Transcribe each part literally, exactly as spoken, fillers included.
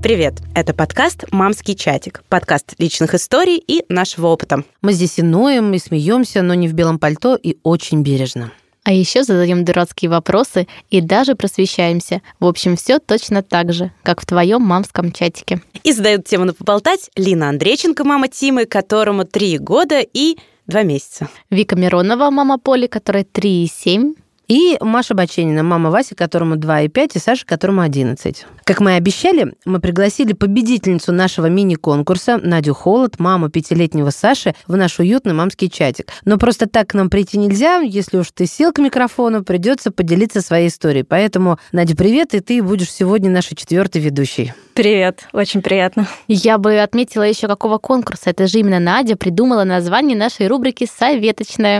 Привет! Это подкаст «Мамский чатик». Подкаст личных историй и нашего опыта. Мы здесь и ноем, и смеемся, но не в белом пальто и очень бережно. А еще задаем дурацкие вопросы и даже просвещаемся. В общем, все точно так же, как в твоем мамском чатике. И задают тему на поболтать Лина Андрейченко, мама Тимы, которому три года и два месяца. Вика Миронова, мама Поли, которой три и семь. И Маша Баченина, мама Васи, которому два и пять, и Саша, которому одиннадцать. Как мы и обещали, мы пригласили победительницу нашего мини-конкурса Надю Холод, маму пятилетнего Саши, в наш уютный мамский чатик. Но просто так к нам прийти нельзя. Если уж ты сел к микрофону, придется поделиться своей историей. Поэтому, Надя, привет, и ты будешь сегодня нашей четвертой ведущей. Привет, очень приятно. Я бы отметила еще какого конкурса. Это же именно Надя придумала название нашей рубрики «Советочная».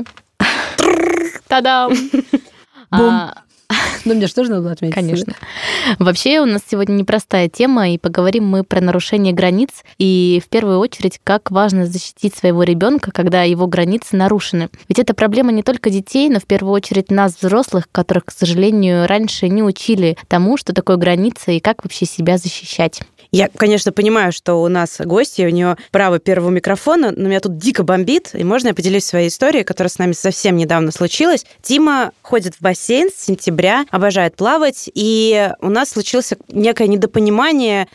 Та-дам! Бум! Ну, мне же тоже надо было отметить. Конечно. Вообще, у нас сегодня непростая тема, и поговорим мы про нарушение границ, и в первую очередь, как важно защитить своего ребенка, когда его границы нарушены. Ведь это проблема не только детей, но в первую очередь нас, взрослых, которых, к сожалению, раньше не учили тому, что такое граница и как вообще себя защищать. Я, конечно, понимаю, что у нас гостья, у нее право первого микрофона, но меня тут дико бомбит, и можно я поделюсь своей историей, которая с нами совсем недавно случилась. Тима ходит в бассейн с сентября, обожает плавать, и у нас случилось некое недопонимание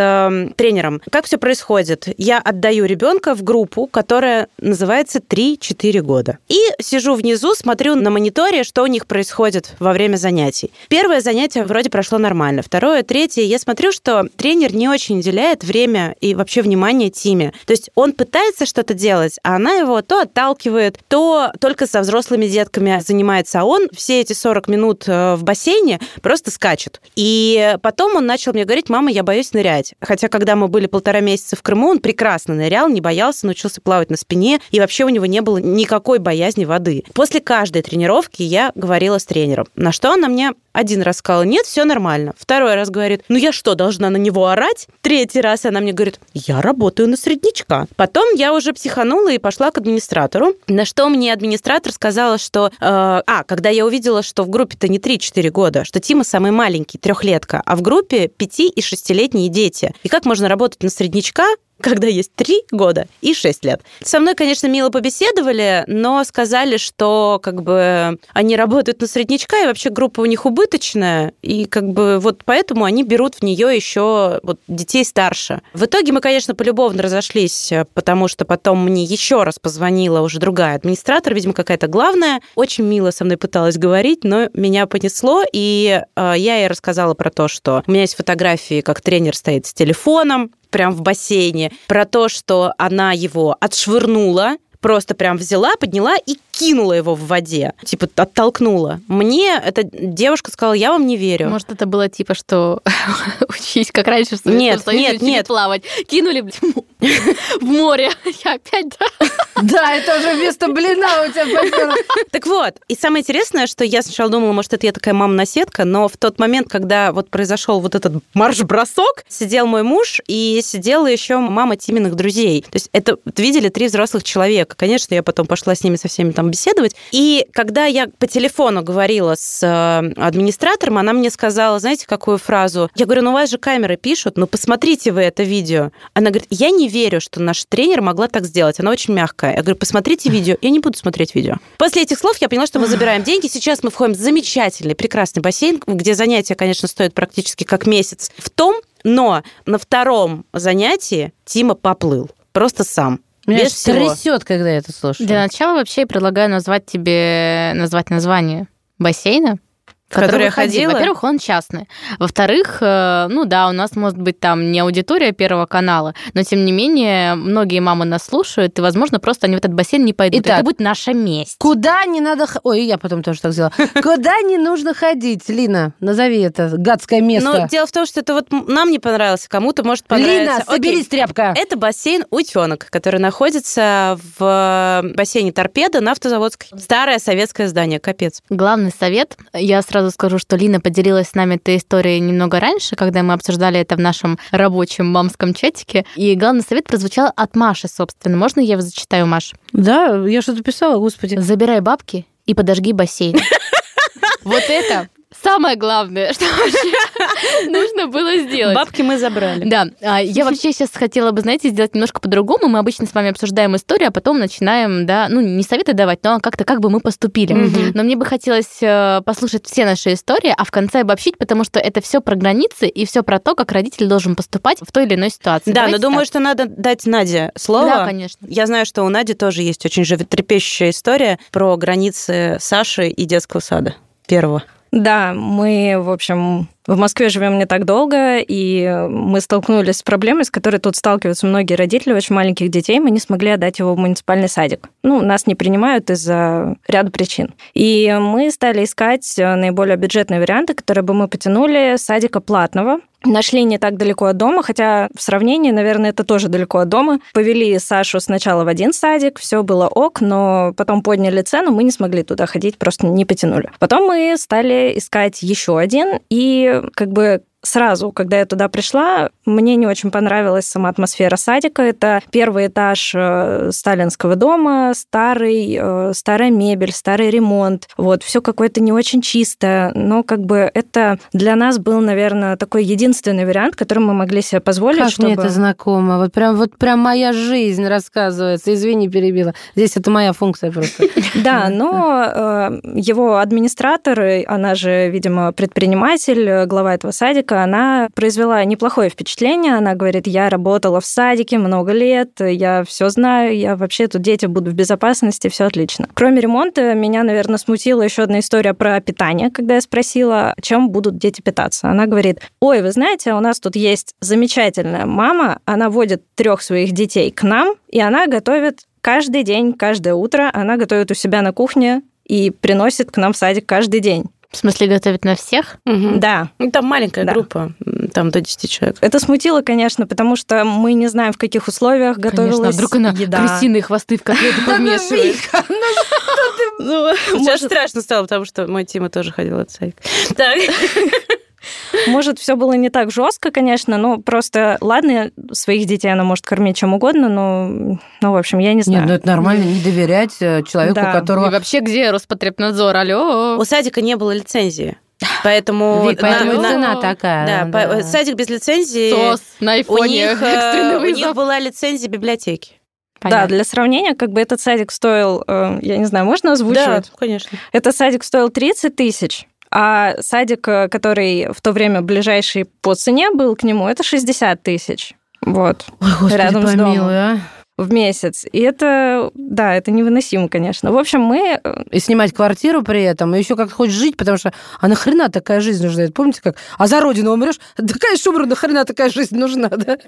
с тренером. Как все происходит? Я отдаю ребенка в группу, которая называется три-четыре года. И сижу внизу, смотрю на мониторе, что у них происходит во время занятий. Первое занятие вроде прошло нормально, второе, третье. Я смотрю, что тренер не очень уделяет время и вообще внимание Тиме. То есть он пытается что-то делать, а она его то отталкивает, то только со взрослыми детками занимается, а он все эти сорок минут в бассейне просто скачет. И потом он начал мне говорить: мама, я боюсь нырять. Хотя, когда мы были полтора месяца в Крыму, он прекрасно нырял, не боялся, научился плавать на спине, и вообще у него не было никакой боязни воды. После каждой тренировки я говорила с тренером, на что она мне один раз сказала: нет, все нормально. Второй раз говорит: ну я что, должна на него орать? Третий раз она мне говорит: я работаю на среднячка. Потом я уже психанула и пошла к администратору, на что мне администратор сказала, что... Э, а, когда я увидела, что в группе-то не три-четыре года, что Тима самый маленький, трехлетка, а в группе пяти- и шестилетние дети. И как можно работать на среднячка, когда есть три года и шесть лет. Со мной, конечно, мило побеседовали, но сказали, что как бы они работают на среднячка, и вообще группа у них убыточная, и как бы вот поэтому они берут в нее еще вот детей старше. В итоге мы, конечно, полюбовно разошлись, потому что потом мне еще раз позвонила уже другая администратор, видимо, какая-то главная, очень мило со мной пыталась говорить, но меня понесло, и я ей рассказала про то, что у меня есть фотографии, как тренер стоит с телефоном, прям в бассейне, про то, что она его отшвырнула, просто прям взяла, подняла и кинула его в воде. Типа оттолкнула. Мне эта девушка сказала: я вам не верю. Может, это было типа, что учись, как раньше, что нет, нет, нет. плавать. Кинули в море. Я опять, да? Да, это уже вместо блина у тебя пошло. Так вот, и самое интересное, что я сначала думала, может, это я такая мама-наседка, но в тот момент, когда вот произошел вот этот марш-бросок, сидел мой муж и сидела еще мама Тиминых друзей. То есть это видели три взрослых человека. Конечно, я потом пошла с ними со всеми там беседовать. И когда я по телефону говорила с администратором, она мне сказала, знаете, какую фразу? Я говорю: ну у вас же камеры пишут, ну посмотрите вы это видео. Она говорит: я не верю, что наш тренер могла так сделать. Она очень мягкая. Я говорю: посмотрите видео. Я не буду смотреть видео. После этих слов я поняла, что мы забираем деньги. Сейчас мы входим в замечательный, прекрасный бассейн, где занятия, конечно, стоят практически как месяц в том, но на втором занятии Тима поплыл. Просто сам. Меня без всего. трясет, когда я это слушаю. Для начала вообще я предлагаю назвать тебе, назвать название бассейна, в который я ходила. Во-первых, он частный. Во-вторых, ну да, у нас может быть там не аудитория Первого канала, но тем не менее многие мамы нас слушают, и, возможно, просто они в этот бассейн не пойдут. Итак, это будет наша месть. Куда не надо... Ой, я потом тоже так сделала. Куда не нужно ходить, Лина? Назови это гадское место. Ну, дело в том, что это вот нам не понравилось, кому-то может понравиться. Лина, соберись, тряпка. Это бассейн «Утёнок», который находится в бассейне «Торпеда» на Автозаводской. Старое советское здание, капец. Главный совет, я сразу скажу, что Лина поделилась с нами этой историей немного раньше, когда мы обсуждали это в нашем рабочем мамском чатике. И главный совет прозвучал от Маши, собственно. Можно я его зачитаю, Маш? Да, я что-то писала, господи. Забирай бабки и подожги бассейн. Вот это самое главное, что вообще нужно было сделать. Бабки мы забрали. Да, я вообще сейчас хотела бы, знаете, сделать немножко по-другому. Мы обычно с вами обсуждаем историю, а потом начинаем, да, ну, не советы давать, но как-то как бы мы поступили. Mm-hmm. Но мне бы хотелось послушать все наши истории, а в конце обобщить, потому что это все про границы и все про то, как родитель должен поступать в той или иной ситуации. Да, Давайте но думаю, так. что надо дать Наде слово. Да, конечно. Я знаю, что у Нади тоже есть очень животрепещущая история про границы Саши и детского сада первого. Да, мы, в общем, в Москве живем не так долго, и мы столкнулись с проблемой, с которой тут сталкиваются многие родители очень маленьких детей. Мы не смогли отдать его в муниципальный садик. Ну, нас не принимают из-за ряда причин. И мы стали искать наиболее бюджетные варианты, которые бы мы потянули садика платного. Нашли не так далеко от дома, хотя в сравнении, наверное, это тоже далеко от дома. Повели Сашу сначала в один садик, все было ок, но потом подняли цену, мы не смогли туда ходить, просто не потянули. Потом мы стали искать еще один, и как бы сразу, когда я туда пришла, мне не очень понравилась сама атмосфера садика. Это первый этаж сталинского дома, старый, старая мебель, старый ремонт. Вот, все какое-то не очень чистое, но как бы это для нас был, наверное, такой единственный вариант, который мы могли себе позволить. Как чтобы... мне это знакомо. Вот прям, вот прям моя жизнь рассказывается. Извини, перебила. Здесь это моя функция просто. Да, но его администратор, она же, видимо, предприниматель, глава этого садика, она произвела неплохое впечатление. Она говорит, я работала в садике много лет, я все знаю, я вообще тут дети будут в безопасности, все отлично. Кроме ремонта, меня, наверное, смутила еще одна история про питание, когда я спросила, чем будут дети питаться. Она говорит, ой, вы знаете, у нас тут есть замечательная мама, она водит трех своих детей к нам, и она готовит каждый день, каждое утро, она готовит у себя на кухне и приносит к нам в садик каждый день. В смысле, готовить на всех? Угу. Да. Ну, там маленькая да. группа, там до десяти человек. Это смутило, конечно, потому что мы не знаем, в каких условиях готовилась конечно, вдруг она еда. крысиные хвосты в котлеты подмешивает. Сейчас страшно стало, потому что мой Тима тоже ходил в садик. Так. Может, все было не так жестко, конечно, но просто, ладно, своих детей она может кормить чем угодно, но, ну, в общем, я не знаю. Нет, ну это нормально, не доверять человеку, Да. которого... И вообще, где Роспотребнадзор? Алло. У садика не было лицензии. Поэтому, Ведь поэтому на- и на- цена такая. Да, по- садик без лицензии. СОС на У айфоне. них, э, экстренный у вызов. них была лицензия библиотеки. Да, Понятно. для сравнения, как бы этот садик стоил, э, я не знаю, можно Да, озвучивать? конечно. Этот садик стоил тридцать тысяч, а садик, который в то время ближайший по цене был к нему, это шестьдесят тысяч. Вот. Ой, Господи, Рядом с помилуй, домом. а. В месяц. И это, да, это невыносимо, конечно. В общем, мы... И снимать квартиру при этом, и еще как хочешь жить, потому что а нахрена такая жизнь нужна? Это помните как? А за родину умрешь? Да, конечно, умру, нахрена такая жизнь нужна, да?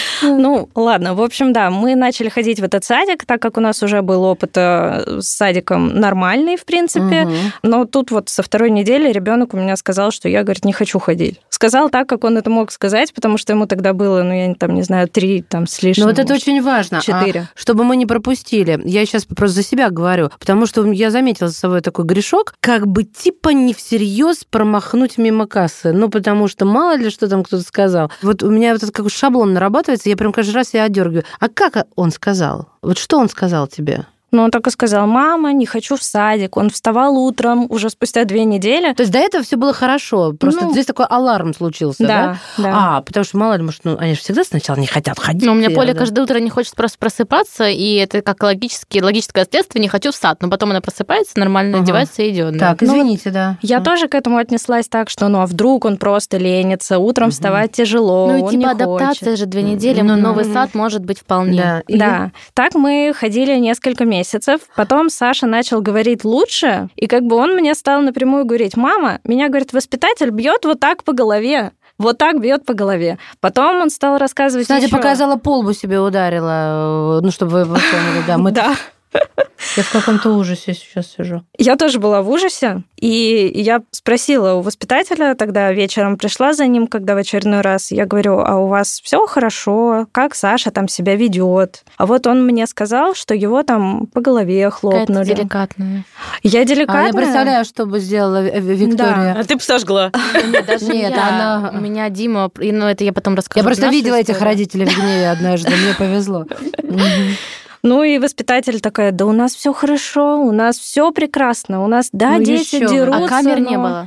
Ну, ладно, в общем, да, мы начали ходить в этот садик, так как у нас уже был опыт э, с садиком нормальный, в принципе. Мгм. Но тут вот со второй недели ребенок у меня сказал, что я, говорит, не хочу ходить. Сказал так, как он это мог сказать, потому что ему тогда было, ну, я там не знаю, три там с лишним. Ну вот это может, очень важно. четыре. А чтобы мы не пропустили, я сейчас просто за себя говорю, потому что я заметила за собой такой грешок, как бы типа не всерьез промахнуть мимо кассы. Ну, потому что мало ли, что там кто-то сказал. Вот у меня вот этот какой шаблон нарабатывается, я прям каждый раз я отдергиваю. А как он сказал? Вот что он сказал тебе? Но он только сказал, мама, не хочу в садик. Он вставал утром уже спустя две недели. То есть до этого все было хорошо, просто Ну, здесь такой аларм случился, да? Да, да. А, потому что мало ли, может, ну, они же всегда сначала не хотят ходить. Ну, у меня Поля да. каждое утро не хочет просто просыпаться, и это как логически, логическое следствие, не хочу в сад. Но потом она просыпается, нормально Ага. одевается и идет. Так, Ну, извините, да. Я Ну. тоже к этому отнеслась так, что ну а вдруг он просто ленится, утром Мгм. вставать тяжело, Ну и он типа не адаптация хочет. же две недели, Ну, ну, новый ну. сад может быть вполне. Да. И- Да. Так мы ходили несколько месяцев. Потом Саша начал говорить лучше, и как бы он мне стал напрямую говорить, мама, меня, говорит, воспитатель бьет вот так по голове. Вот так бьет по голове. Потом он стал рассказывать Кстати, ещё. показала, полбу себе ударила, ну, чтобы вы вы поняли, да. Мы... Да. Я в каком-то ужасе сейчас сижу. Я тоже была в ужасе, и я спросила у воспитателя, тогда вечером пришла за ним, когда в очередной раз, я говорю, а у вас все хорошо, как Саша там себя ведет? А вот он мне сказал, что его там по голове Какая-то хлопнули. деликатная. Я А деликатная. я представляю, что бы сделала Ви- Виктория. А ты бы сожгла. Нет, даже Нет, я. она- У меня Дима, и, ну это я потом расскажу. Я просто нашу видела этих историю. родителей в гневе однажды, мне повезло. Мгм. Ну и воспитатель такая, да у нас все хорошо, у нас все прекрасно, у нас, да, Ну, дети ещё бы. дерутся. А камер не но- было.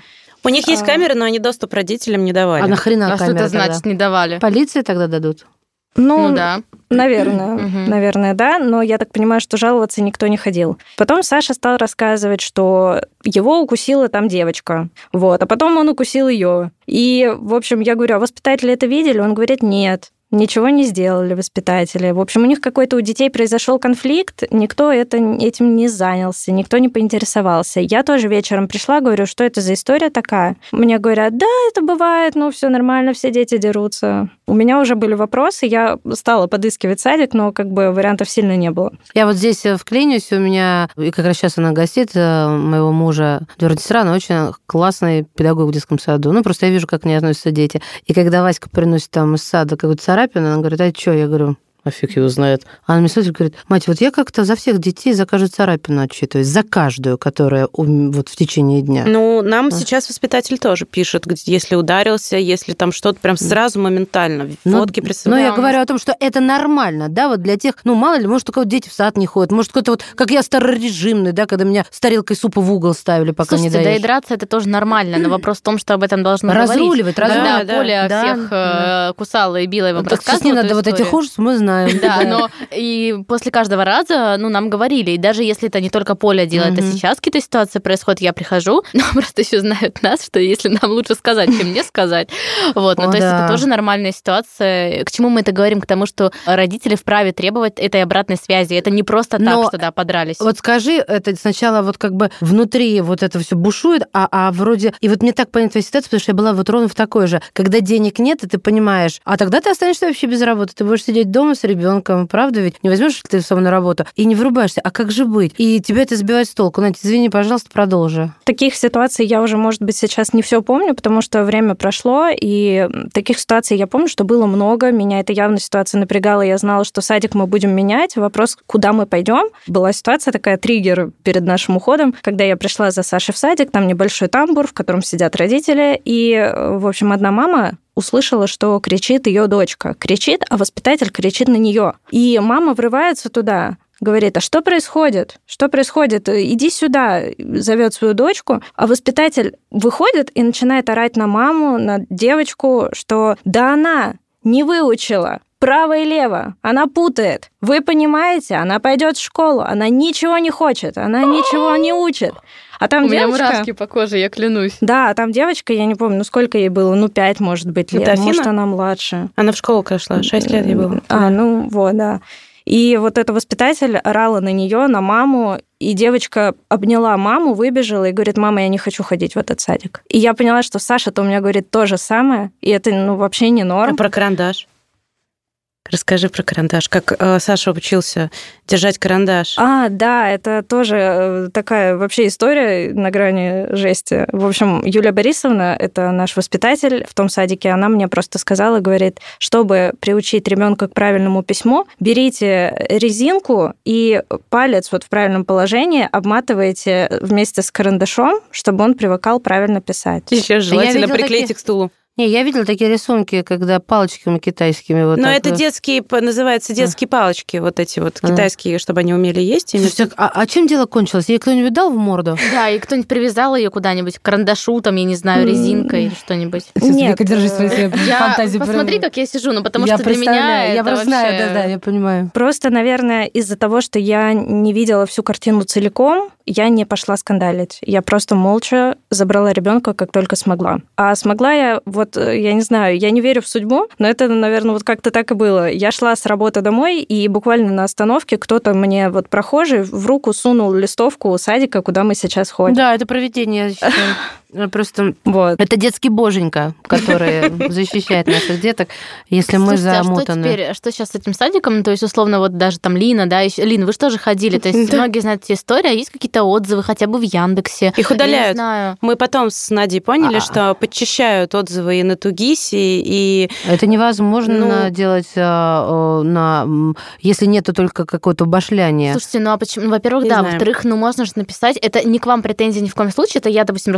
У них есть камеры, но они доступ родителям не давали. А нахрена А камеры что это тогда? значит, не давали? Полиции тогда дадут? Ну, Ну да. наверное, Мгм. наверное, да, но я так понимаю, что жаловаться никто не ходил. Потом Саша стал рассказывать, что его укусила там девочка, вот, а потом он укусил ее. И, в общем, я говорю, а воспитатели это видели? Он говорит, нет. Ничего не сделали воспитатели. В общем, у них какой-то у детей произошел конфликт, никто это, этим не занялся, никто не поинтересовался. Я тоже вечером пришла, говорю, что это за история такая? Мне говорят, да, это бывает, ну, все нормально, все дети дерутся. У меня уже были вопросы, я стала подыскивать садик, но как бы вариантов сильно не было. Я вот здесь вклинюсь, у меня, и как раз сейчас она гостит э, моего мужа, Дюра Тисрана, очень классный педагог в детском саду. Ну, просто я вижу, как к ней относятся дети. И когда Васька приносит там из сада какую-то царапину, она говорит, а что? Я говорю, а фиг его знает. Она мне смотрит и говорит, мать, вот я как-то за всех детей за каждую царапину отчитываюсь, за каждую, которая вот в течение дня. Ну, нам сейчас воспитатель тоже пишет, если ударился, если там что-то прям сразу моментально, фотки Ну, присылают. я говорю о том, что это нормально, да, вот для тех, ну, мало ли, может, только вот дети в сад не ходят, может, кто-то вот, как я, старорежимный, да, когда меня с тарелкой супа в угол ставили, пока Слушайте, не да доешь. и драться это тоже нормально, но вопрос в том, что об этом должны Разруливать, говорить. разруливать. Когда Да, Поля да, всех да. э, кусала и била, и вам Так сейчас рассказывала не надо эту вот этих историю. ужасов, мы знаем. Да, но и после каждого раза, ну, нам говорили, и даже если это не только Поля делает, Мгм. а сейчас какие-то ситуации происходят, я прихожу, но просто еще знают нас, что если нам лучше сказать, чем не сказать. Вот, ну, О, то есть да. это тоже нормальная ситуация. К чему мы это говорим? К тому, что родители вправе требовать этой обратной связи. Это не просто Но так, что, да, подрались. Вот скажи, это сначала вот как бы внутри вот это все бушует, а, а вроде... И вот мне так понятна твоя ситуация, потому что я была вот ровно в такой же. Когда денег нет, и ты понимаешь, а тогда ты останешься вообще без работы. Ты будешь сидеть дома с ребенком, правда ведь? Не возьмешь ты сам на работу и не врубаешься. А как же быть? И тебя это сбивает с толку. Надь, извини, пожалуйста, продолжи. Таких ситуаций я уже, может быть, сейчас не все помню, потому что время прошло, и таких ситуаций я помню, что было много. Меня эта явно ситуация напрягала. Я знала, что садик мы будем менять. Вопрос, куда мы пойдем. Была ситуация такая, триггер перед нашим уходом, когда я пришла за Сашей в садик, там небольшой тамбур, в котором сидят родители, и, в общем, одна мама услышала, что кричит ее дочка. Кричит, а воспитатель кричит на нее. И мама врывается туда, говорит, а что происходит? Что происходит? Иди сюда, зовет свою дочку. А воспитатель выходит и начинает орать на маму, на девочку, что да она не выучила право и лево, она путает. Вы понимаете, она пойдет в школу, она ничего не хочет, она ничего не учит. А там У меня девочка... мурашки по коже, я клянусь. Да, там девочка, я не помню, ну сколько ей было, ну пять, может быть, лет, Это Афина? может, она младше. Она в школу шла, шесть лет ей было. А, ну вот, да. И вот эта воспитатель орала на нее, на маму, и девочка обняла маму, выбежала и говорит, мама, я не хочу ходить в этот садик. И я поняла, что Саша-то у меня говорит то же самое, и это ну, вообще не норм. А про карандаш? Расскажи про карандаш. Как э, Саша учился держать карандаш? А, да, это тоже э, такая вообще история на грани жести. В общем, Юлия Борисовна, это наш воспитатель в том садике, она мне просто сказала, говорит, чтобы приучить ребенка к правильному письму, берите резинку и палец вот в правильном положении обматываете вместе с карандашом, чтобы он привыкал правильно писать. Еще желательно видела приклейте такие- к стулу. Не, я видела такие рисунки, когда палочками китайскими вот Но так это вот. детские, по- называются детские палочки, вот эти вот А. китайские, чтобы они умели есть. ими. Слушайте, а, а чем дело кончилось? Ей кто-нибудь дал в морду? Да, и кто-нибудь привязал ее куда-нибудь к карандашу, там, я не знаю, резинкой или что-нибудь. Нет, держи свои э, Я, посмотри, как я сижу, ну потому я что для меня представляю, я это просто знаю, вообще- да, да, я понимаю. Просто, наверное, из-за того, что я не видела всю картину целиком, я не пошла скандалить. Я просто молча забрала ребенка, как только смогла. А смогла я, вот, я не знаю, я не верю в судьбу, но это, наверное, вот как-то так и было. Я шла с работы домой, и буквально на остановке кто-то мне, вот прохожий, в руку сунул листовку садика, куда мы сейчас ходим. Да, это провидение, я считаю. Просто Вот. это детский боженька, который защищает наших деток, если мы Слушайте, а что замутаны. теперь, что сейчас с этим садиком? То есть, условно, вот даже там Лина, да, еще... Лин, вы же тоже ходили, то есть Да. многие знают эти истории, а есть какие-то отзывы хотя бы в Яндексе? Их Я удаляют. не знаю. Мы потом с Надей поняли, А. что подчищают отзывы и на Тугисе, и... Это невозможно Ну- делать, а, на, м, если нету только какого-то башляния. Слушайте, ну а почему? Ну, во-первых, Не да, знаю. во-вторых, ну можно же написать, это не к вам претензии ни в коем случае, это я, допустим, рассуждаю,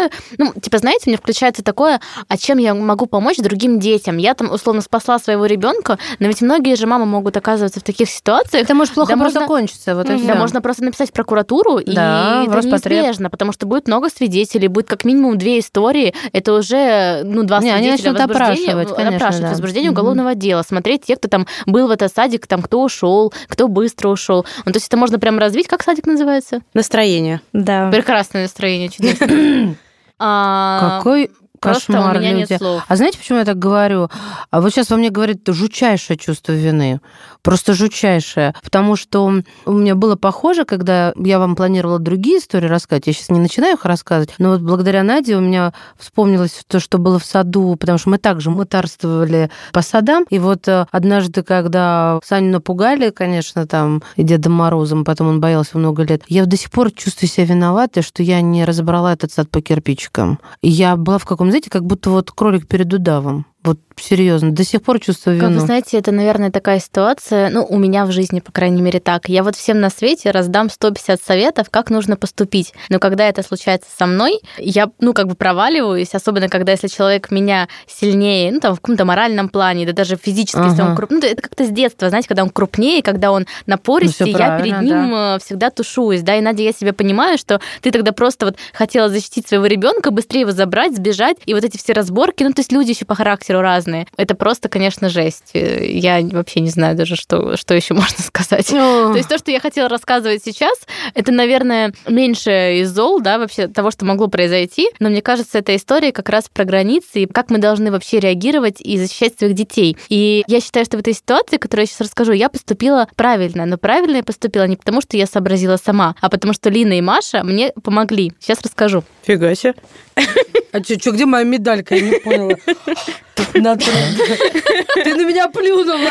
включаю, ну, типа, знаете, у меня включается такое, а чем я могу помочь другим детям? Я там, условно, спасла своего ребенка, но ведь многие же мамы могут оказываться в таких ситуациях. Это может плохо да просто можно... кончиться. Вот mm-hmm. Да, можно просто написать в прокуратуру, да, и это неизбежно, потому что будет много свидетелей, будет как минимум две истории, это уже, ну, два Не, свидетеля возбуждения, опрашивать, конечно, опрашивать да. возбуждение mm-hmm. уголовного дела, смотреть тех, кто там был в этот садик, там, кто ушел, кто быстро ушел. Ну, то есть это можно прям развить. Как садик называется? Настроение. Да. Прекрасное настроение, чудесно. Какой... Просто Кошмар, у меня люди. нет слов. А знаете, почему я так говорю? А вот сейчас во мне говорит жутчайшее чувство вины. Просто жутчайшее. Потому что у меня было похоже, когда я вам планировала другие истории рассказать. Я сейчас не начинаю их рассказывать, но вот благодаря Наде у меня вспомнилось то, что было в саду, потому что мы также мытарствовали по садам. И вот однажды, когда Саню напугали, конечно, там, и Дедом Морозом, потом он боялся много лет, я до сих пор чувствую себя виноватой, что я не разобрала этот сад по кирпичикам. И я была в каком знаете, как будто вот кролик перед удавом. Вот серьезно, до сих пор чувствую вину. Как вы знаете, это, наверное, такая ситуация, ну, у меня в жизни, по крайней мере, так. Я вот всем на свете раздам сто пятьдесят советов, как нужно поступить. Но когда это случается со мной, я, ну, как бы проваливаюсь, особенно когда, если человек меня сильнее, ну, там, в каком-то моральном плане, да даже физически, ага. если он крупнее. Ну, это как-то с детства, знаете, когда он крупнее, когда он напористый, ну, я перед ним да. всегда тушуюсь, да, и, Надя, я себе понимаю, что ты тогда просто вот хотела защитить своего ребенка, быстрее его забрать, сбежать, и вот эти все разборки, ну, то есть люди еще по характеру разные. Это просто, конечно, жесть. Я вообще не знаю даже, что, что еще можно сказать. О. То есть то, что я хотела рассказывать сейчас, это, наверное, меньше из зол, да, вообще того, что могло произойти. Но мне кажется, эта история как раз про границы и как мы должны вообще реагировать и защищать своих детей. И я считаю, что в этой ситуации, которую я сейчас расскажу, я поступила правильно. Но правильно я поступила не потому, что я сообразила сама, а потому что Лина и Маша мне помогли. Сейчас расскажу. Фига себе. А что, где моя медалька? Я не поняла. Ты на меня плюнула.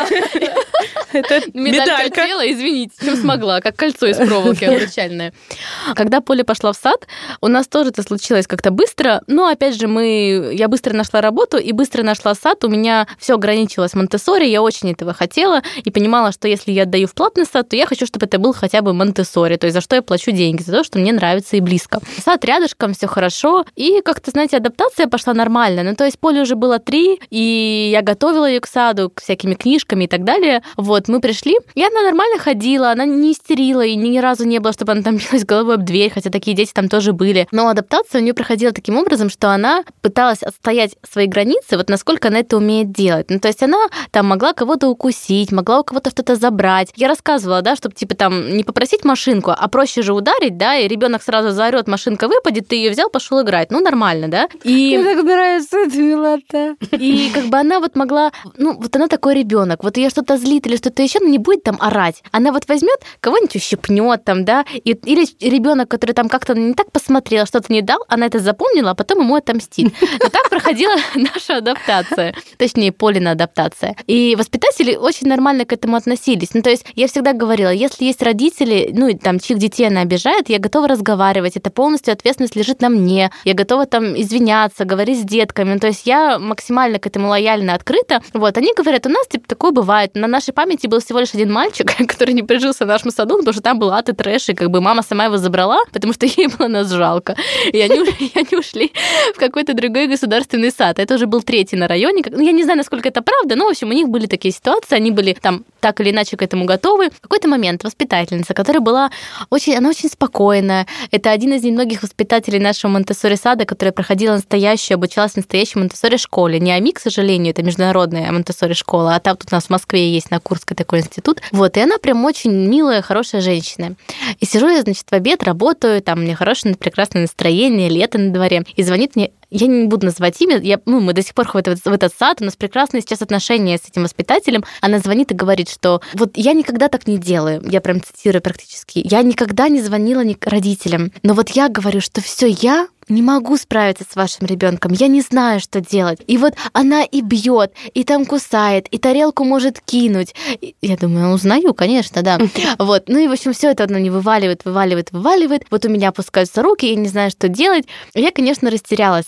Это медалька тела, извините, чем смогла, как кольцо из проволоки обручальное. Когда Поля пошла в сад, у нас тоже это случилось как-то быстро, но опять же мы, я быстро нашла работу и быстро нашла сад, у меня все ограничилось Монтессори, я очень этого хотела и понимала, что если я отдаю в платный сад, то я хочу, чтобы это был хотя бы Монтессори, то есть за что я плачу деньги, за то, что мне нравится и близко. Сад рядышком, все хорошо, и как-то, знаете, адаптация пошла нормально, ну то есть Поле уже было три, и я готовила ее к саду, к всякими книжками и так далее. Вот, мы пришли, и она нормально ходила, она не истерила, и ни разу не было, чтобы она там билась головой об дверь, хотя такие дети там тоже были. Но адаптация у нее проходила таким образом, что она пыталась отстоять свои границы, вот насколько она это умеет делать. Ну, то есть она там могла кого-то укусить, могла у кого-то что-то забрать. Я рассказывала, да, чтобы типа там не попросить машинку, а проще же ударить, да, и ребенок сразу заорет, машинка выпадет, ты ее взял, пошел играть. Ну, нормально, да? И... Мне так нравится эта милота. И как бы она вот могла, ну, вот она такой ребенок, вот ее что-то злит или что-то еще, но не будет там орать. Она вот возьмет, кого-нибудь ущипнет там, да, и, или ребенок, который там как-то не так посмотрел, что-то не дал, она это запомнила, а потом ему отомстит. И так проходила наша адаптация, точнее, Полина адаптация. И воспитатели очень нормально к этому относились. Ну, то есть я всегда говорила, если есть родители, ну, там, чьих детей она обижает, я готова разговаривать, это полностью ответственность лежит на мне, я готова там извиняться, говорить с детками, ну, то есть я максимально к этому лояльно, открыто. Вот, они говорят, у нас, типа, такое бывает. На нашей памяти был всего лишь один мальчик, который не прижился в нашем саду, потому что там был ад и трэш, и как бы мама сама его забрала, потому что ей было нас жалко. И они, и они ушли в какой-то другой государственный сад. Это уже был третий на районе. Я не знаю, насколько это правда, но, в общем, у них были такие ситуации, они были там так или иначе к этому готовы. В какой-то момент воспитательница, которая была очень, она очень спокойная. Это один из немногих воспитателей нашего Монтессори-сада, которая проходила настоящую, обучалась в настоящей Монтессори-школе. Не АМИ, к сожалению, это международная Монтессори-школа, а там тут у нас в Москве есть на Курской такой институт. Вот, и она прям очень милая, хорошая женщина. И сижу я, значит, в обед, работаю, там у меня хорошее, прекрасное настроение, лето на дворе, и звонит мне, я не буду называть имя, я, ну, мы до сих пор ходим в этот сад, у нас прекрасные сейчас отношения с этим воспитателем. Она звонит и говорит, что вот я никогда так не делаю, я прям цитирую практически, я никогда не звонила ни родителям, но вот я говорю, что все я не могу справиться с вашим ребенком, я не знаю, что делать. И вот она и бьет, и там кусает, и тарелку может кинуть. И я думаю, узнаю, конечно, да. Вот, ну и в общем все это она не вываливает, вываливает, вываливает. Вот у меня опускаются руки, я не знаю, что делать. Я, конечно, растерялась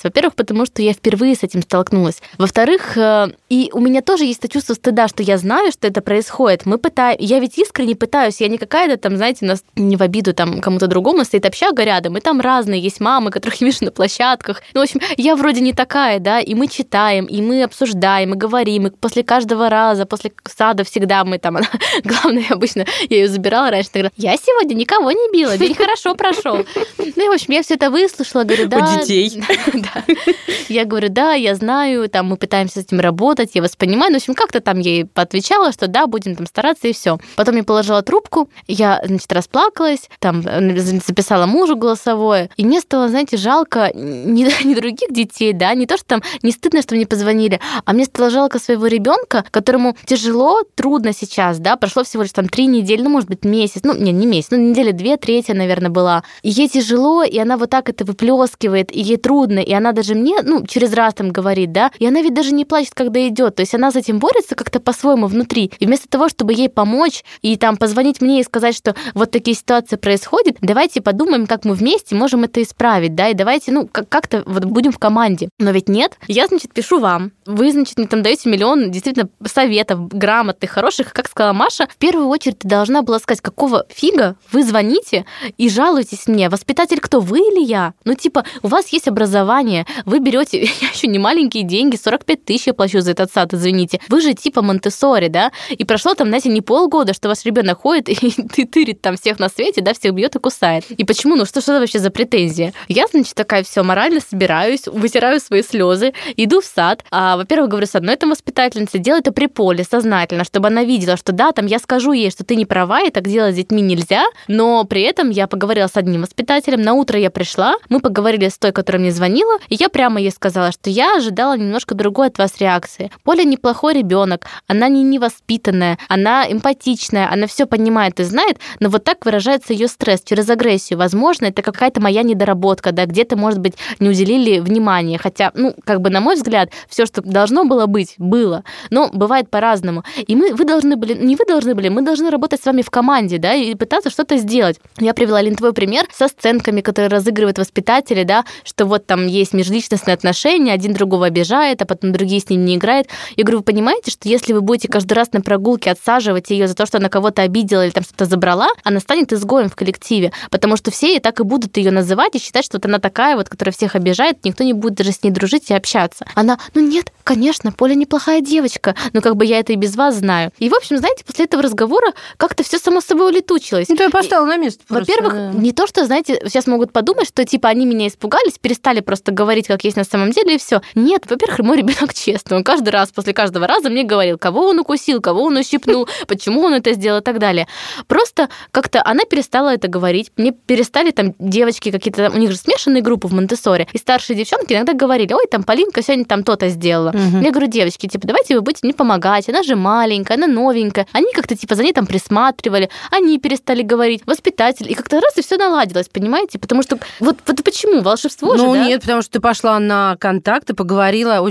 Во-первых, потому что я впервые с этим столкнулась. Во-вторых, и у меня тоже есть это чувство стыда, что я знаю, что это происходит. Мы пытаем... Я ведь искренне пытаюсь, я не какая-то там, знаете, у нас не в обиду там кому-то другому, стоит общага рядом, и там разные есть мамы, которых я вижу на площадках. Ну, в общем, я вроде не такая, да, и мы читаем, и мы обсуждаем, и говорим, и после каждого раза, после сада всегда мы там... Главное, обычно я ее забирала раньше, тогда я сегодня никого не била, день хорошо прошел. Ну, и, в общем, я все это выслушала, говорю, да... У детей. Да. Я говорю, да, я знаю, там мы пытаемся с этим работать, я вас понимаю. Ну, в общем, как-то там ей поотвечала, что да, будем там стараться, и все. Потом я положила трубку, я, значит, расплакалась, там записала мужу голосовое, и мне стало, знаете, жалко не, не других детей, да, не то, что там не стыдно, что мне позвонили, а мне стало жалко своего ребенка, которому тяжело, трудно сейчас, да, прошло всего лишь там три недели, ну, может быть, месяц, ну, не, не месяц, ну, недели две, третья, наверное, была. И ей тяжело, и она вот так это выплескивает, и ей трудно, и она даже мне, ну, через раз там говорит, да, и она ведь даже не плачет, когда идет, то есть она с этим борется как-то по-своему внутри, и вместо того, чтобы ей помочь и там позвонить мне и сказать, что вот такие ситуации происходят, давайте подумаем, как мы вместе можем это исправить, да, и давайте, ну, как-то вот будем в команде. Но ведь нет. Я, значит, пишу вам. Вы, значит, мне там даете миллион действительно советов, грамотных, хороших. Как сказала Маша, в первую очередь ты должна была сказать, какого фига вы звоните и жалуетесь мне. Воспитатель кто, вы или я? Ну, типа, у вас есть образование, вы берете, я еще не маленькие деньги, сорок пять тысяч я плачу за этот сад, извините. Вы же типа Монтессори, да? И прошло там, знаете, не полгода, что ваш ребенок ходит и тырит там всех на свете, да, всех бьет и кусает. И почему? Ну что, что это вообще за претензия? Я, значит, такая все морально собираюсь, вытираю свои слезы, иду в сад. А, во-первых, говорю с одной там воспитательницей, делай это при поле, сознательно, чтобы она видела, что да, там я скажу ей, что ты не права, и так делать с детьми нельзя, но при этом я поговорила с одним воспитателем, на утро я пришла, мы поговорили с той, которая мне звонила, и я прямо ей сказала, что я ожидала немножко другой от вас реакции. Поля неплохой ребенок, она не невоспитанная, она эмпатичная, она все понимает и знает, но вот так выражается ее стресс через агрессию. Возможно, это какая-то моя недоработка, да, где-то, может быть, не уделили внимания, хотя, ну, как бы, на мой взгляд, все, что должно было быть, было, но бывает по-разному. И мы, вы должны были, не вы должны были, мы должны работать с вами в команде, да, и пытаться что-то сделать. Я привела, Лин, твой пример со сценками, которые разыгрывают воспитатели, да, что вот там есть межличностные отношения, один другого обижает, а потом другие с ним не играют. Я говорю, вы понимаете, что если вы будете каждый раз на прогулке отсаживать ее за то, что она кого-то обидела или там что-то забрала, она станет изгоем в коллективе, потому что все и так и будут ее называть и считать, что вот она такая вот, которая всех обижает, никто не будет даже с ней дружить и общаться. Она, ну нет, конечно, Поля неплохая девочка, но как бы я это и без вас знаю. И, в общем, знаете, после этого разговора как-то все само собой улетучилось. Ну, ты поставила на место. Во-первых, да. не то, что, знаете, сейчас могут подумать, что типа они меня испугались, перестали просто говорить, как есть на самом деле, и все. Нет, во-первых, мой ребенок честный. Он каждый раз, после каждого раза мне говорил, кого он укусил, кого он ущипнул, почему он это сделал и так далее. Просто как-то она перестала это говорить. Мне перестали там девочки какие-то, у них же смешанные группы в Монтессори, и старшие девчонки иногда говорили, ой, там Полинка сегодня там то-то сделала. Угу. Я говорю, девочки, типа, давайте вы будете мне помогать, она же маленькая, она новенькая. Они как-то типа за ней там присматривали, они перестали говорить, воспитатель, и как-то раз и все наладилось, понимаете? Потому что вот, вот почему? Волшебство ну, же, да? нет, потому что ты пошла на контакт и поговорила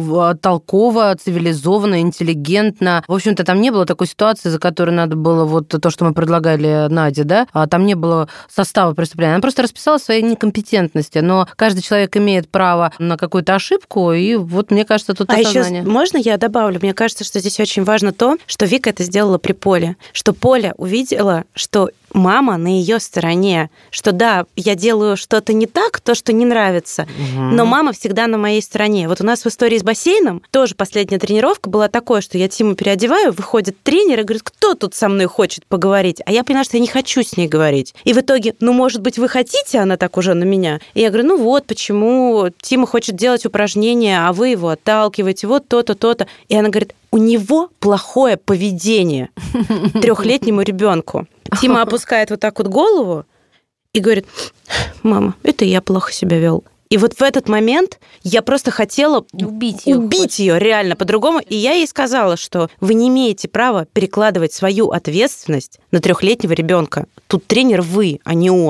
толково, цивилизованно, интеллигентно. В общем-то, там не было такой ситуации, за которую надо было вот то, что мы предлагали Наде, да? А там не было состава преступления. Она просто расписала своей некомпетентности. Но каждый человек имеет право на какую-то ошибку, и вот, мне кажется, тут а осознание. еще можно я добавлю? Мне кажется, что здесь очень важно то, что Вика это сделала при Поле. Что Поля увидела, что мама на ее стороне, что да, я делаю что-то не так, то, что не нравится, угу. но мама всегда на моей стороне. Вот у нас в истории с бассейном тоже последняя тренировка была такой, что я Тиму переодеваю, выходит тренер и говорит, кто тут со мной хочет поговорить? А я понимаю, что я не хочу с ней говорить. И в итоге, ну, может быть, вы хотите, она так уже на меня? И я говорю, ну вот, почему Тима хочет делать упражнения, а вы его отталкиваете, вот то-то, то-то. И она говорит, у него плохое поведение трехлетнему ребенку. Тима опускает вот так вот голову и говорит, мама, это я плохо себя вел. И вот в этот момент я просто хотела убить ее, убить ее реально по-другому. И я ей сказала, что вы не имеете права перекладывать свою ответственность на трехлетнего ребенка. Тут тренер вы, а не он.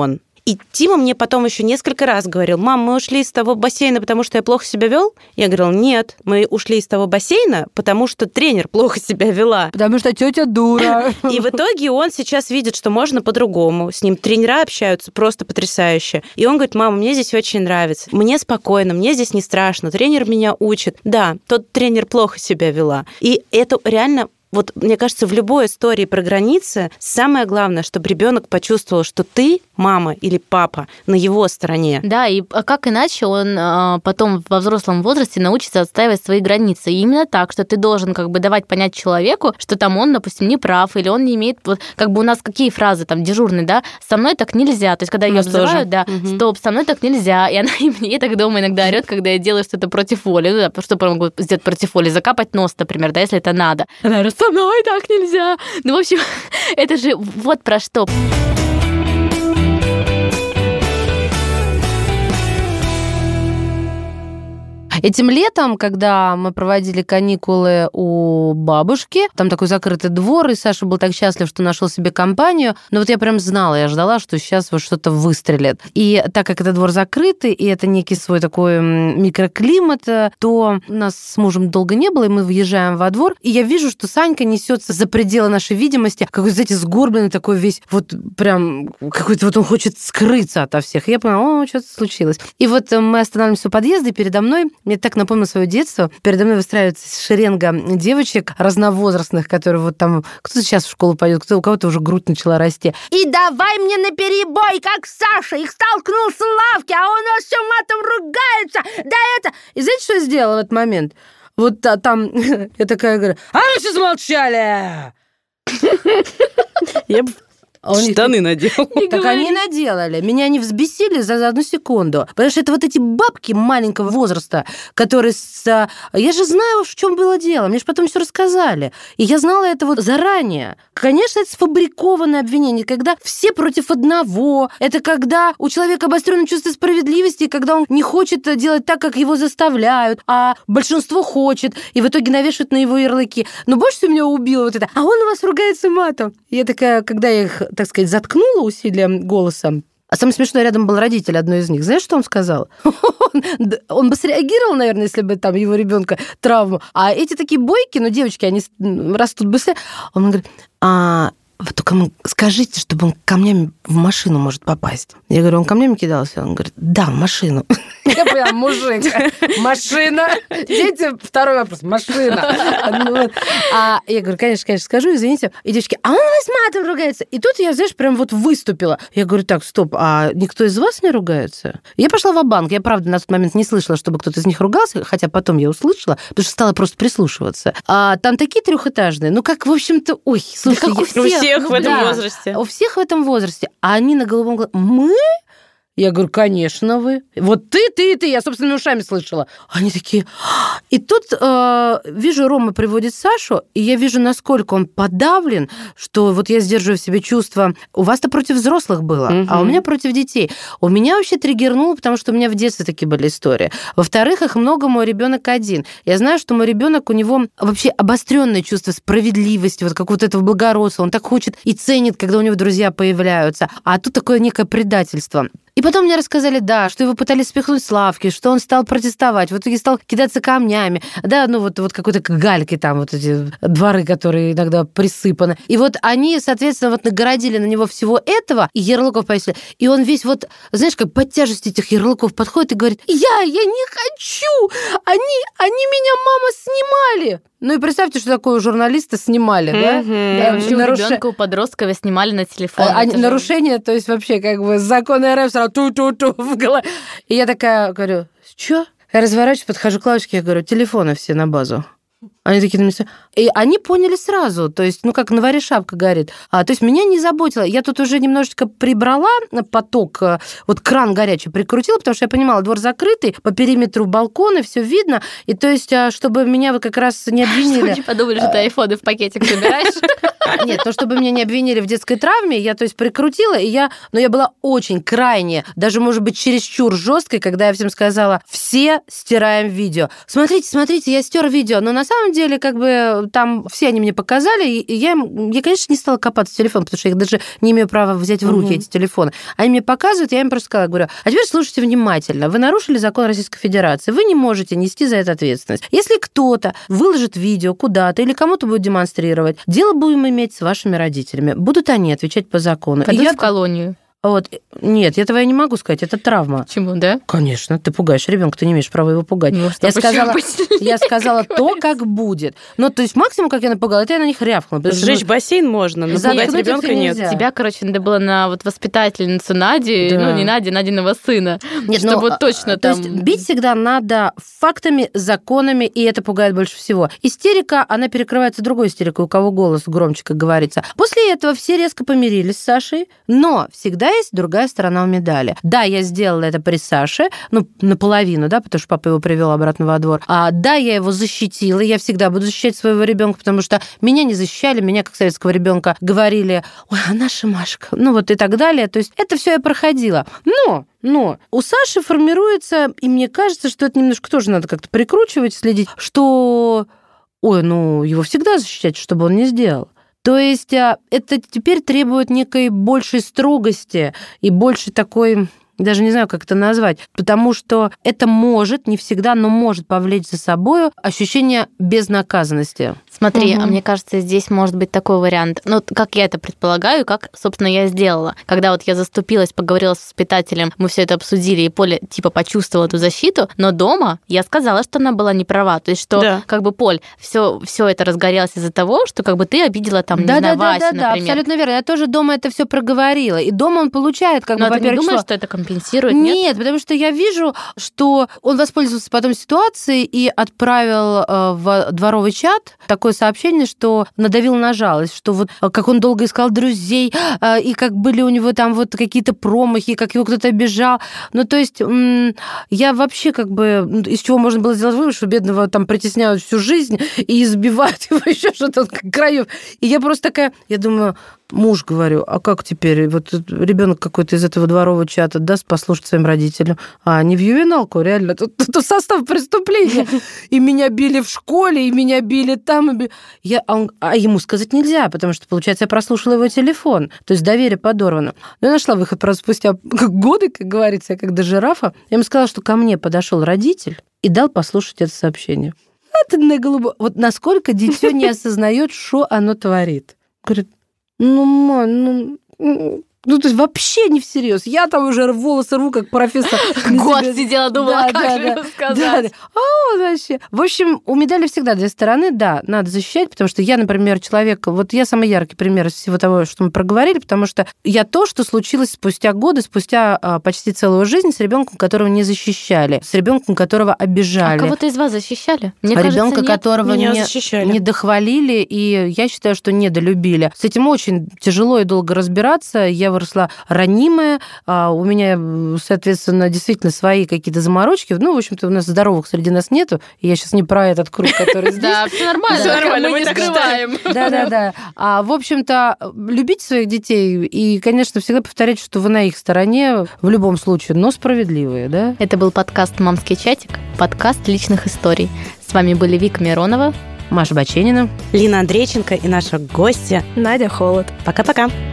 И Тима мне потом еще несколько раз говорил: мам, мы ушли из того бассейна, потому что я плохо себя вел? Я говорила: нет, мы ушли из того бассейна, потому что тренер плохо себя вела. Потому что тетя дура. И в итоге он сейчас видит, что можно по-другому. С ним тренера общаются просто потрясающе. И он говорит: мама, мне здесь очень нравится. Мне спокойно, мне здесь не страшно. Тренер меня учит. Да, тот тренер плохо себя вела. И это реально... Вот, мне кажется, в любой истории про границы самое главное, чтобы ребенок почувствовал, что ты, мама или папа, на его стороне. Да, и как иначе он а, потом во взрослом возрасте научится отстаивать свои границы. И именно так, что ты должен как бы давать понять человеку, что там он, допустим, не прав, или он не имеет... Вот, как бы у нас какие фразы там дежурные, да? «Со мной так нельзя». То есть, когда ее обзывают, да, угу. «Стоп, со мной так нельзя». И она и мне так дома иногда орет, когда я делаю что-то против воли. Ну, да, что могу сделать против воли? Закапать нос, например, да, если это надо. Она говорит: со мной так нельзя. Ну, в общем, это же вот про что. Этим летом, когда мы проводили каникулы у бабушки, там такой закрытый двор, и Саша был так счастлив, что нашел себе компанию. Но вот я прям знала, я ждала, что сейчас вот что-то выстрелит. И так как этот двор закрытый, и это некий свой такой микроклимат, то нас с мужем долго не было, и мы въезжаем во двор, и я вижу, что Санька несется за пределы нашей видимости, какой-то, знаете, сгорбленный такой весь, вот прям какой-то вот он хочет скрыться ото всех. И я поняла: о, что-то случилось. И вот мы останавливаемся у подъезда, и передо мной, мне так напомнило свое детство, передо мной выстраивается шеренга девочек разновозрастных, которые вот там, кто-то сейчас в школу пойдет, кто у кого-то уже грудь начала расти. И давай мне наперебой, как Саша, их столкнул с лавки, а он все матом ругается, да это... И знаете, что я сделала в этот момент? Вот а, там, я такая говорю: а ну все замолчали! Я бы штаны надел. Так они наделали. Меня не взбесили за одну секунду. Потому что это вот эти бабки маленького возраста, которые с... Я же знаю, в чем было дело. Мне же потом все рассказали. И я знала это вот заранее. Конечно, это сфабрикованное обвинение, когда все против одного. Это когда у человека обостренное чувство справедливости, когда он не хочет делать так, как его заставляют, а большинство хочет. И в итоге навешивают на его ярлыки. Но больше всего меня убило вот это: а он у вас ругается матом. Я такая, когда я их, так сказать, заткнула усилием голоса. А самое смешное, рядом был родитель одной из них. Знаешь, что он сказал? Он, он бы среагировал, наверное, если бы там его ребенка травму. А эти такие бойки, ну, девочки, они растут быстрее. Он говорит: а вы только ему скажите, чтобы он камнями в машину может попасть. Я говорю: он камнями кидался? Он говорит: да, в машину. Я прям мужик. Машина. Дети, второй вопрос. Машина. А я говорю: конечно, конечно, скажу, извините. И девочки: а он у вас матом ругается. И тут я, знаешь, прям вот выступила. Я говорю: так, стоп, а никто из вас не ругается? Я пошла ва-банк. Я, правда, на тот момент не слышала, чтобы кто-то из них ругался, хотя потом я услышала, потому что стала просто прислушиваться. А там такие трехэтажные, ну, как, в общем-то, ой, слушай, да, как у всех, у всех в этом да, возрасте. У всех в этом возрасте. А они на голубом глазу: мы? Я говорю: конечно, вы. Вот ты, ты, ты. Я собственными ушами слышала. Они такие... И тут э, вижу, Рома приводит Сашу, и я вижу, насколько он подавлен, что вот я сдерживаю в себе чувства. У вас-то против взрослых было, угу. а у меня против детей. У меня вообще триггернуло, потому что у меня в детстве такие были истории. Во-вторых, их много, мой ребенок один. Я знаю, что мой ребенок, у него вообще обостренное чувство справедливости, вот как вот этого благородства. Он так хочет и ценит, когда у него друзья появляются. А тут такое некое предательство. И потом мне рассказали, да, что его пытались спихнуть с лавки, что он стал протестовать, в итоге стал кидаться камнями, да, ну вот, вот какой-то галькой там, вот эти дворы, которые иногда присыпаны. И вот они, соответственно, вот нагородили на него всего этого, и ярлыков повесили. И он весь вот, знаешь, как под тяжестью этих ярлыков подходит и говорит: я, я не хочу! Они, они меня, мама, снимали! Ну и представьте, что такое журналисты снимали, да? Mm-hmm. Да, вообще Наруш... у ребенка, у подростка его снимали на телефон. А, нарушение, то есть вообще как бы закон РФ сразу ту-ту-ту в голове. И я такая говорю: что? Я разворачиваюсь, подхожу к лавочке, я говорю: телефоны все на базу. Они такие на меня... И они поняли сразу, то есть, ну, как на варе шапка горит. А, то есть меня не заботило. Я тут уже немножечко прибрала поток, вот кран горячий прикрутила, потому что я понимала, двор закрытый, по периметру балконы, все видно. И то есть, чтобы меня вы как раз не обвинили... Чтобы подумали, что ты айфоны в пакетик собираешь. Нет, то, чтобы меня не обвинили в детской травме, я, то есть, прикрутила, и я... Но я была очень крайне, даже, может быть, чересчур жесткой, когда я всем сказала: все стираем видео. Смотрите, смотрите, я стер видео, но на самом деле деле, как бы там все они мне показали, и я, я, конечно, не стала копаться в телефон, потому что я даже не имею права взять в руки угу. эти телефоны. Они мне показывают, я им просто сказала, говорю, а теперь слушайте внимательно. Вы нарушили закон Российской Федерации, вы не можете нести за это ответственность. Если кто-то выложит видео куда-то или кому-то будет демонстрировать, дело будем иметь с вашими родителями. Будут они отвечать по закону. Пойдут я... в колонию. Вот. Нет, этого я не могу сказать, это травма. Почему, да? Конечно, ты пугаешь ребенка, ты не имеешь права его пугать. Ну, я, сказала, я сказала то, как будет. Ну, то есть максимум, как я напугала, это я на них рявкнула. Сжечь бассейн можно, но пугать ребенка нет. Тебя, короче, надо было на вот воспитательницу Нади, да. ну, не Нади, Надиного сына, нет, чтобы но, точно то там... есть бить всегда надо фактами, законами, и это пугает больше всего. Истерика, она перекрывается другой истерикой, у кого голос громче, как говорится. После этого все резко помирились с Сашей, но всегда есть другая сторона у медали. Да, я сделала это при Саше, ну, наполовину, да, потому что папа его привел обратно во двор. А, да, я его защитила, я всегда буду защищать своего ребенка, потому что меня не защищали, меня, как советского ребенка, говорили, ой, а наша Машка, ну, вот и так далее. То есть это все я проходила. Но Но у Саши формируется, и мне кажется, что это немножко тоже надо как-то прикручивать, следить, что, ой, ну, его всегда защищать, чтобы он не сделал. То есть это теперь требует некой большей строгости и большей такой... Даже не знаю, как это назвать, потому что это может, не всегда, но может повлечь за собой ощущение безнаказанности. Смотри, угу. а мне кажется, здесь может быть такой вариант. Ну, как я это предполагаю, как, собственно, я сделала. Когда вот я заступилась, поговорила с воспитателем, мы все это обсудили, и Поля типа почувствовала эту защиту, но дома я сказала, что она была не права. То есть, что да. как бы, Поль, все, все это разгорелось из-за того, что как бы ты обидела там, да, не да, знаю, да, Васю, да, например. Да, абсолютно верно. Я тоже дома это все проговорила. И дома он получает, как но бы, во-первых, ты не думаешь, что... что это компенсирует? Нет? Нет, потому что я вижу, что он воспользовался потом ситуацией и отправил в дворовый чат такое сообщение, что надавил на жалость, что вот как он долго искал друзей, и как были у него там вот какие-то промахи, как его кто-то обижал. Ну, то есть я вообще как бы... Из чего можно было сделать вывод, что бедного там притесняют всю жизнь и избивают его еще что-то краев. И я просто такая... Я думаю... Муж, говорю, а как теперь? Вот ребенок какой-то из этого дворового чата даст послушать своим родителям. А не в ювеналку, реально. Тут, тут состав преступления. И меня били в школе, и меня били там. И били... Я, а, он, а ему сказать нельзя, потому что, получается, я прослушала его телефон. То есть доверие подорвано. Но я нашла выход просто спустя годы, как говорится, как до жирафа. Я ему сказала, что ко мне подошел родитель и дал послушать это сообщение. Это на голубо. Вот насколько дитё не осознает, что оно творит. Говорит, ну, мам, ну, ну, то есть вообще не всерьез. Я там уже волосы рву, как профессор. Год сидела, думала, да, как да, же да, сказать. Да, да. А, вообще. В общем, у медали всегда две стороны. Да, надо защищать, потому что я, например, человек... Вот я самый яркий пример из всего того, что мы проговорили, потому что я то, что случилось спустя годы, спустя а, почти целую жизнь с ребенком, которого не защищали, с ребенком, которого обижали. А кого-то из вас защищали? Мне а кажется, ребенка, которого не, не дохвалили, и я считаю, что недолюбили. С этим очень тяжело и долго разбираться. Я выросла ранимая, у меня, соответственно, действительно свои какие-то заморочки. Ну, в общем-то, у нас здоровых среди нас нету. Я сейчас не про этот круг, который здесь. Да, все нормально, мы не скрываем. Да-да-да. А, в общем-то, любить своих детей и, конечно, всегда повторять, что вы на их стороне в любом случае, но справедливые, да? Это был подкаст «Мамский чатик», подкаст личных историй. С вами были Вика Миронова, Маша Баченина, Лина Андрейченко и наша гостья Надя Холод. Пока-пока.